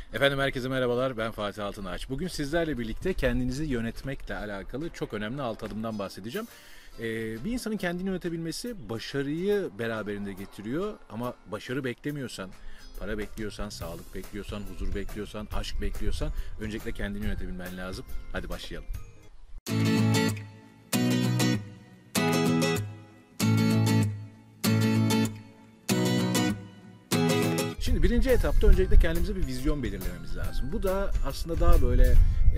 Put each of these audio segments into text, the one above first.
Efendim herkese merhabalar, ben Fatih Altınaç. Bugün sizlerle birlikte kendinizi yönetmekle alakalı çok önemli 6 adımdan bahsedeceğim. Bir insanın kendini yönetebilmesi başarıyı beraberinde getiriyor ama başarı beklemiyorsan, para bekliyorsan, sağlık bekliyorsan, huzur bekliyorsan, aşk bekliyorsan öncelikle kendini yönetebilmen lazım. Hadi başlayalım. Şimdi birinci etapta öncelikle kendimize bir vizyon belirlememiz lazım. Bu da aslında daha böyle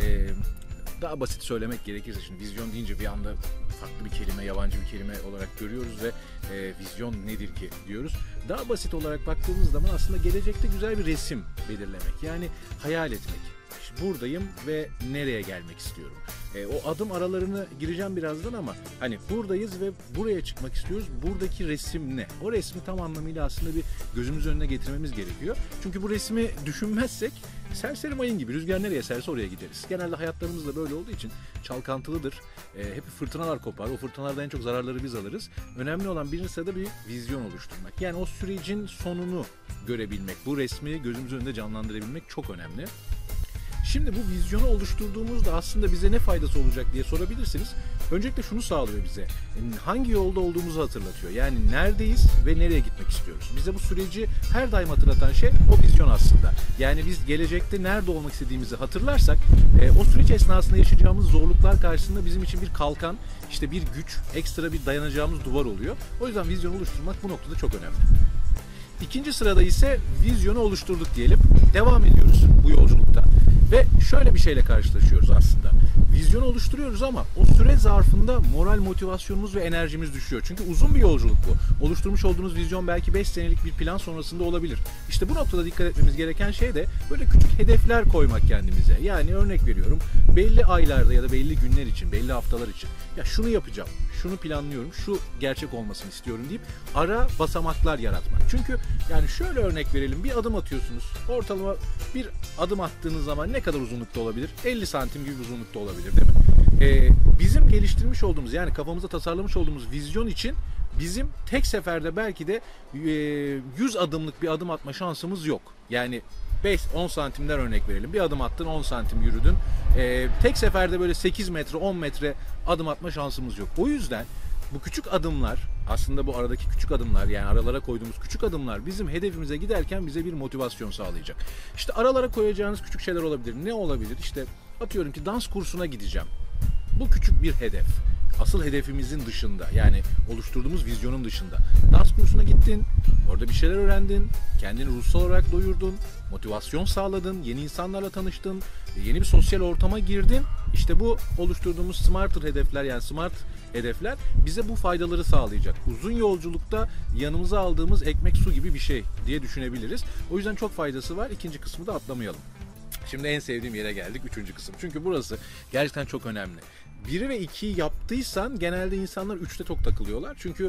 daha basit söylemek gerekirse, şimdi vizyon deyince bir anda farklı bir kelime, yabancı bir kelime olarak görüyoruz ve vizyon nedir ki diyoruz. Daha basit olarak baktığımız zaman aslında gelecekte güzel bir resim belirlemek, yani hayal etmek. İşte buradayım ve nereye gelmek istiyorum. O adım aralarını gireceğim birazdan ama hani buradayız ve buraya çıkmak istiyoruz. Buradaki resim ne? O resmi tam anlamıyla aslında bir gözümüz önüne getirmemiz gerekiyor. Çünkü bu resmi düşünmezsek serseri mayın gibi rüzgar nereye eserse oraya gideriz. Genelde hayatlarımız da böyle olduğu için çalkantılıdır. Hep fırtınalar kopar. O fırtınalardan en çok zararları biz alırız. Önemli olan birinci sırada bir vizyon oluşturmak. Yani o sürecin sonunu görebilmek, bu resmi gözümüz önünde canlandırabilmek çok önemli. Şimdi bu vizyonu oluşturduğumuzda aslında bize ne faydası olacak diye sorabilirsiniz. Öncelikle şunu sağlıyor bize. Hangi yolda olduğumuzu hatırlatıyor. Yani neredeyiz ve nereye gitmek istiyoruz. Bize bu süreci her daim hatırlatan şey o vizyon aslında. Yani biz gelecekte nerede olmak istediğimizi hatırlarsak o süreç esnasında yaşayacağımız zorluklar karşısında bizim için bir kalkan, işte bir güç, ekstra bir dayanacağımız duvar oluyor. O yüzden vizyon oluşturmak bu noktada çok önemli. İkinci sırada ise vizyonu oluşturduk diyelim. Devam ediyoruz bu yolculukta. Ve şöyle bir şeyle karşılaşıyoruz aslında. Vizyonu oluşturuyoruz ama o süre zarfında moral, motivasyonumuz ve enerjimiz düşüyor. Çünkü uzun bir yolculuk bu. Oluşturmuş olduğunuz vizyon belki 5 senelik bir plan sonrasında olabilir. İşte bu noktada dikkat etmemiz gereken şey de böyle küçük hedefler koymak kendimize. Yani örnek veriyorum, belli aylarda ya da belli günler için, belli haftalar için ya şunu yapacağım, şunu planlıyorum, şu gerçek olmasını istiyorum deyip ara basamaklar yaratmak. Çünkü yani şöyle örnek verelim, bir adım atıyorsunuz. Ortalama bir adım attığınız zaman ne kadar uzunlukta olabilir? 50 santim gibi uzunlukta olabilir değil mi? Bizim geliştirmiş olduğumuz, yani kafamızda tasarlamış olduğumuz vizyon için bizim tek seferde belki de 100 adımlık bir adım atma şansımız yok. Yani 5-10 santimden örnek verelim. Bir adım attın, 10 santim yürüdün. Tek seferde böyle 8 metre, 10 metre adım atma şansımız yok. O yüzden bu küçük adımlar, aslında bu aradaki küçük adımlar, yani aralara koyduğumuz küçük adımlar bizim hedefimize giderken bize bir motivasyon sağlayacak. İşte aralara koyacağınız küçük şeyler olabilir. Ne olabilir? İşte atıyorum ki dans kursuna gideceğim. Bu küçük bir hedef. Asıl hedefimizin dışında, yani oluşturduğumuz vizyonun dışında. Dans kursuna gittin, orada bir şeyler öğrendin, kendini ruhsal olarak doyurdun, motivasyon sağladın, yeni insanlarla tanıştın, yeni bir sosyal ortama girdin. İşte bu oluşturduğumuz smarter hedefler, yani smart hedefler bize bu faydaları sağlayacak. Uzun yolculukta yanımıza aldığımız ekmek su gibi bir şey diye düşünebiliriz. O yüzden çok faydası var. İkinci kısmı da atlamayalım. Şimdi en sevdiğim yere geldik, üçüncü kısım. Çünkü burası gerçekten çok önemli. 1'i ve 2'yi yaptıysan genelde insanlar 3'te çok takılıyorlar. Çünkü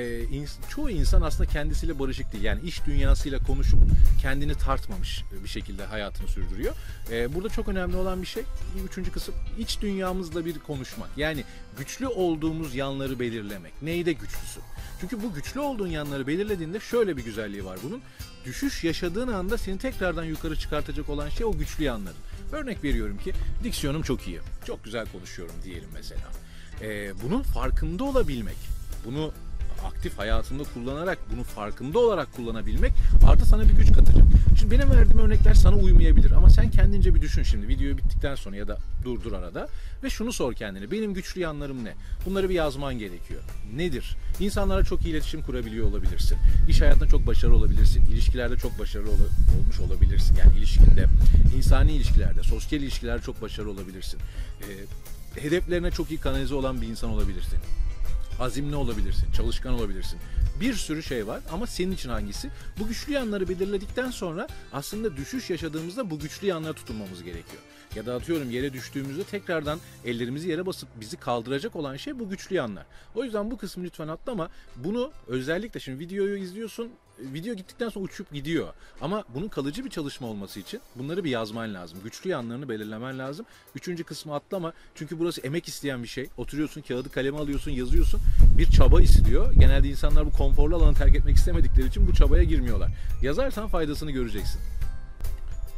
çoğu insan aslında kendisiyle barışık değil. Yani iş dünyasıyla konuşup kendini tartmamış bir şekilde hayatını sürdürüyor. Burada çok önemli olan bir şey, üçüncü kısım, iç dünyamızla bir konuşmak. Yani güçlü olduğumuz yanları belirlemek. Neyde güçlüsün? Çünkü bu güçlü olduğun yanları belirlediğinde şöyle bir güzelliği var bunun. Düşüş yaşadığın anda seni tekrardan yukarı çıkartacak olan şey o güçlü yanların. Örnek veriyorum ki diksiyonum çok iyi, çok güzel konuşuyorum diyelim mesela. Bunun farkında olabilmek, bunu aktif hayatında kullanarak, bunu farkında olarak kullanabilmek artı sana bir güç katacak. Şimdi benim verdiğim örnekler sana uymayabilir ama sen kendince bir düşün şimdi videoyu bittikten sonra ya da durdur arada ve şunu sor kendine: benim güçlü yanlarım ne? Bunları bir yazman gerekiyor. Nedir? İnsanlarla çok iyi iletişim kurabiliyor olabilirsin. İş hayatında çok başarılı olabilirsin. İlişkilerde çok başarılı olmuş olabilirsin. Yani ilişkinde, insani ilişkilerde, sosyal ilişkilerde çok başarılı olabilirsin. Hedeflerine çok iyi kanalize olan bir insan olabilirsin. Azimli olabilirsin, çalışkan olabilirsin. Bir sürü şey var ama senin için hangisi? Bu güçlü yanları belirledikten sonra aslında düşüş yaşadığımızda bu güçlü yanlara tutunmamız gerekiyor. Ya da atıyorum yere düştüğümüzde tekrardan ellerimizi yere basıp bizi kaldıracak olan şey bu güçlü yanlar. O yüzden bu kısmı lütfen atlama. Bunu özellikle şimdi videoyu izliyorsun. Video gittikten sonra uçup gidiyor. Ama bunun kalıcı bir çalışma olması için bunları bir yazman lazım. Güçlü yanlarını belirlemen lazım. Üçüncü kısmı atlama. Çünkü burası emek isteyen bir şey. Oturuyorsun, kağıdı kaleme alıyorsun, yazıyorsun. Bir çaba istiyor. Genelde insanlar bu konforlu alanı terk etmek istemedikleri için bu çabaya girmiyorlar. Yazarsan faydasını göreceksin.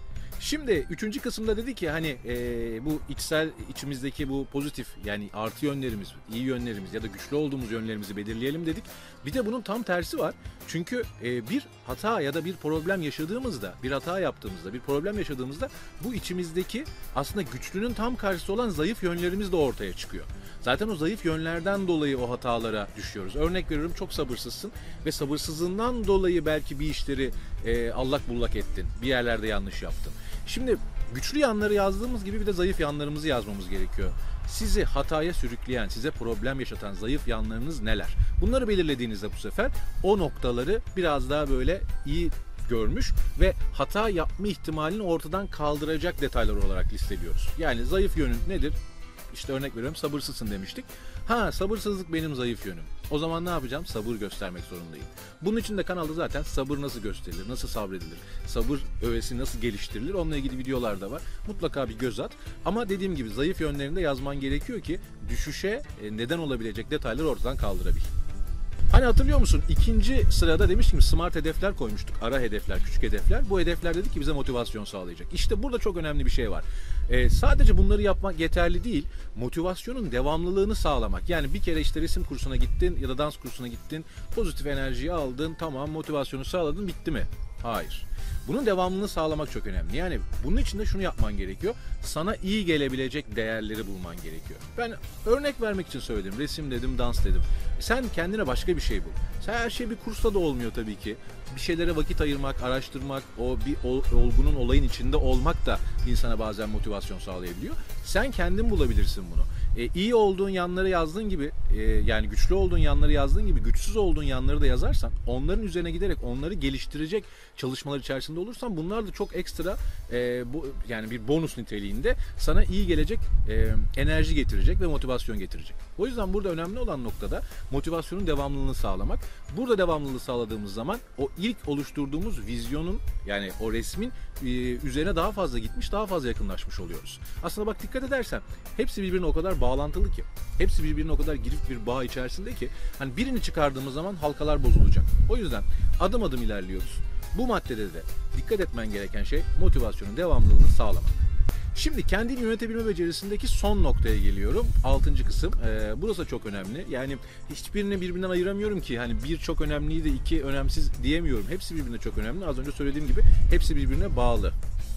Şimdi üçüncü kısımda dedi ki hani bu içimizdeki bu pozitif yani artı yönlerimiz, iyi yönlerimiz ya da güçlü olduğumuz yönlerimizi belirleyelim dedik. Bir de bunun tam tersi var. Çünkü bir hata ya da bir problem yaşadığımızda, bir hata yaptığımızda, bir problem yaşadığımızda bu içimizdeki aslında güçlünün tam karşısı olan zayıf yönlerimiz de ortaya çıkıyor. Zaten o zayıf yönlerden dolayı o hatalara düşüyoruz. Örnek veriyorum, çok sabırsızsın ve sabırsızlığından dolayı belki bir işleri allak bullak ettin. Bir yerlerde yanlış yaptın. Şimdi güçlü yanları yazdığımız gibi bir de zayıf yanlarımızı yazmamız gerekiyor. Sizi hataya sürükleyen, size problem yaşatan zayıf yanlarınız neler? Bunları belirlediğinizde bu sefer o noktaları biraz daha böyle iyi görmüş ve hata yapma ihtimalini ortadan kaldıracak detaylar olarak listeliyoruz. Yani zayıf yönün nedir? İşte örnek veriyorum, sabırsızsın demiştik. Sabırsızlık benim zayıf yönüm. O zaman ne yapacağım? Sabır göstermek zorundayım. Bunun için de kanalda zaten sabır nasıl gösterilir, nasıl sabredilir, sabır öğesi nasıl geliştirilir, onunla ilgili videolar da var. Mutlaka bir göz at. Ama dediğim gibi zayıf yönlerini de yazman gerekiyor ki düşüşe neden olabilecek detayları ortadan kaldırabil. Hani hatırlıyor musun? İkinci sırada demiştim ki smart hedefler koymuştuk. Ara hedefler, küçük hedefler. Bu hedefler dedik ki bize motivasyon sağlayacak. İşte burada çok önemli bir şey var. Sadece bunları yapmak yeterli değil. Motivasyonun devamlılığını sağlamak. Yani bir kere işte resim kursuna gittin ya da dans kursuna gittin. Pozitif enerjiyi aldın. Tamam, motivasyonu sağladın. Bitti mi? Hayır. Bunun devamlılığını sağlamak çok önemli. Yani bunun için de şunu yapman gerekiyor. Sana iyi gelebilecek değerleri bulman gerekiyor. Ben örnek vermek için söyledim. Resim dedim, dans dedim. Sen kendine başka bir şey bul. Sen her şey bir kursta da olmuyor tabii ki. Bir şeylere vakit ayırmak, araştırmak, o bir olgunun, olayın içinde olmak da insana bazen motivasyon sağlayabiliyor. Sen kendin bulabilirsin bunu. İyi olduğun yanları yazdığın gibi, yani güçlü olduğun yanları yazdığın gibi güçsüz olduğun yanları da yazarsan, onların üzerine giderek onları geliştirecek çalışmalar içerisinde olursan, bunlar da çok ekstra yani bir bonus niteliğinde sana iyi gelecek enerji getirecek ve motivasyon getirecek. O yüzden burada önemli olan noktada motivasyonun devamlılığını sağlamak. Burada devamlılığı sağladığımız zaman o ilk oluşturduğumuz vizyonun, yani o resmin üzerine daha fazla gitmiş, daha fazla yakınlaşmış oluyoruz. Aslında bak, dikkat edersen hepsi birbirine o kadar bağlantılı ki, hepsi birbirine o kadar girift bir bağ içerisinde ki, hani birini çıkardığımız zaman halkalar bozulacak. O yüzden adım adım ilerliyoruz. Bu maddede de dikkat etmen gereken şey motivasyonun devamlılığını sağlamak. Şimdi kendini yönetebilme becerisindeki son noktaya geliyorum. 6. kısım. Burası çok önemli. Yani hiçbirini birbirinden ayıramıyorum ki. Hani bir çok önemliydi, iki önemsiz diyemiyorum. Hepsi birbirine çok önemli. Az önce söylediğim gibi hepsi birbirine bağlı.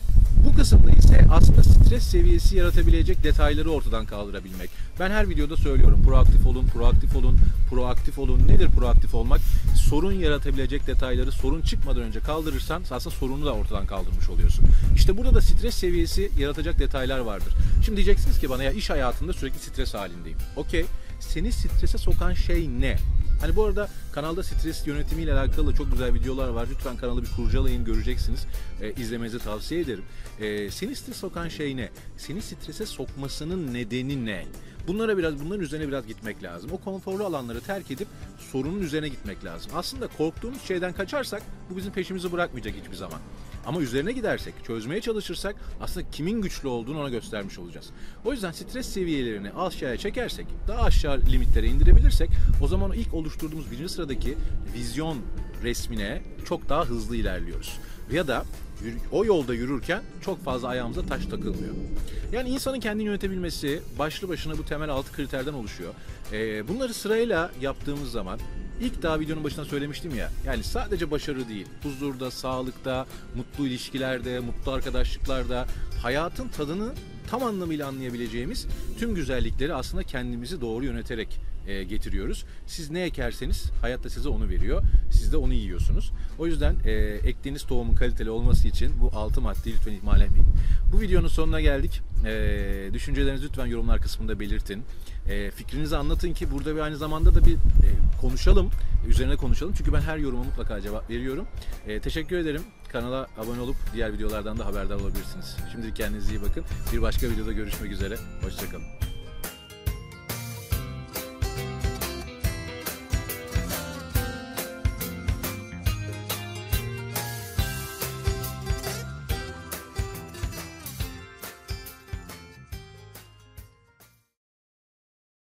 Bu kısımda ise aslında stres seviyesi yaratabilecek detayları ortadan kaldırabilmek. Ben her videoda söylüyorum. Proaktif olun, proaktif olun, proaktif olun. Nedir proaktif olmak? Sorun yaratabilecek detayları sorun çıkmadan önce kaldırırsan aslında sorunu da ortadan kaldırmış oluyorsun. İşte burada da stres seviyesi yaratacak detaylar vardır. Şimdi diyeceksiniz ki bana, ya iş hayatında sürekli stres halindeyim. Okey. Seni strese sokan şey ne? Hani bu arada kanalda stres yönetimiyle alakalı çok güzel videolar var. Lütfen kanalı bir kurcalayın, göreceksiniz. İzlemenizi tavsiye ederim. Seni strese sokan şey ne? Seni strese sokmasının nedeni ne? Bunların üzerine biraz gitmek lazım. O konforlu alanları terk edip sorunun üzerine gitmek lazım. Aslında korktuğumuz şeyden kaçarsak bu bizim peşimizi bırakmayacak hiçbir zaman. Ama üzerine gidersek, çözmeye çalışırsak aslında kimin güçlü olduğunu ona göstermiş olacağız. O yüzden stres seviyelerini aşağıya çekersek, daha aşağı limitlere indirebilirsek, o zaman o ilk oluşturduğumuz birinci sıradaki vizyon resmine çok daha hızlı ilerliyoruz. Ya da o yolda yürürken çok fazla ayağımıza taş takılmıyor. Yani insanın kendini yönetebilmesi başlı başına bu temel 6 kriterden oluşuyor. Bunları sırayla yaptığımız zaman, İlk daha videonun başında söylemiştim ya, yani sadece başarı değil, huzurda, sağlıkta, mutlu ilişkilerde, mutlu arkadaşlıklarda, hayatın tadını tam anlamıyla anlayabileceğimiz tüm güzellikleri aslında kendimizi doğru yöneterek getiriyoruz. Siz ne ekerseniz hayat da size onu veriyor. Siz de onu yiyorsunuz. O yüzden ektiğiniz tohumun kaliteli olması için bu 6 maddeyi lütfen ihmal etmeyin. Bu videonun sonuna geldik. Düşüncelerinizi lütfen yorumlar kısmında belirtin. Fikrinizi anlatın ki burada bir aynı zamanda da bir konuşalım. Üzerine konuşalım. Çünkü ben her yoruma mutlaka cevap veriyorum. Teşekkür ederim. Kanala abone olup diğer videolardan da haberdar olabilirsiniz. Şimdilik kendinize iyi bakın. Bir başka videoda görüşmek üzere. Hoşça kalın.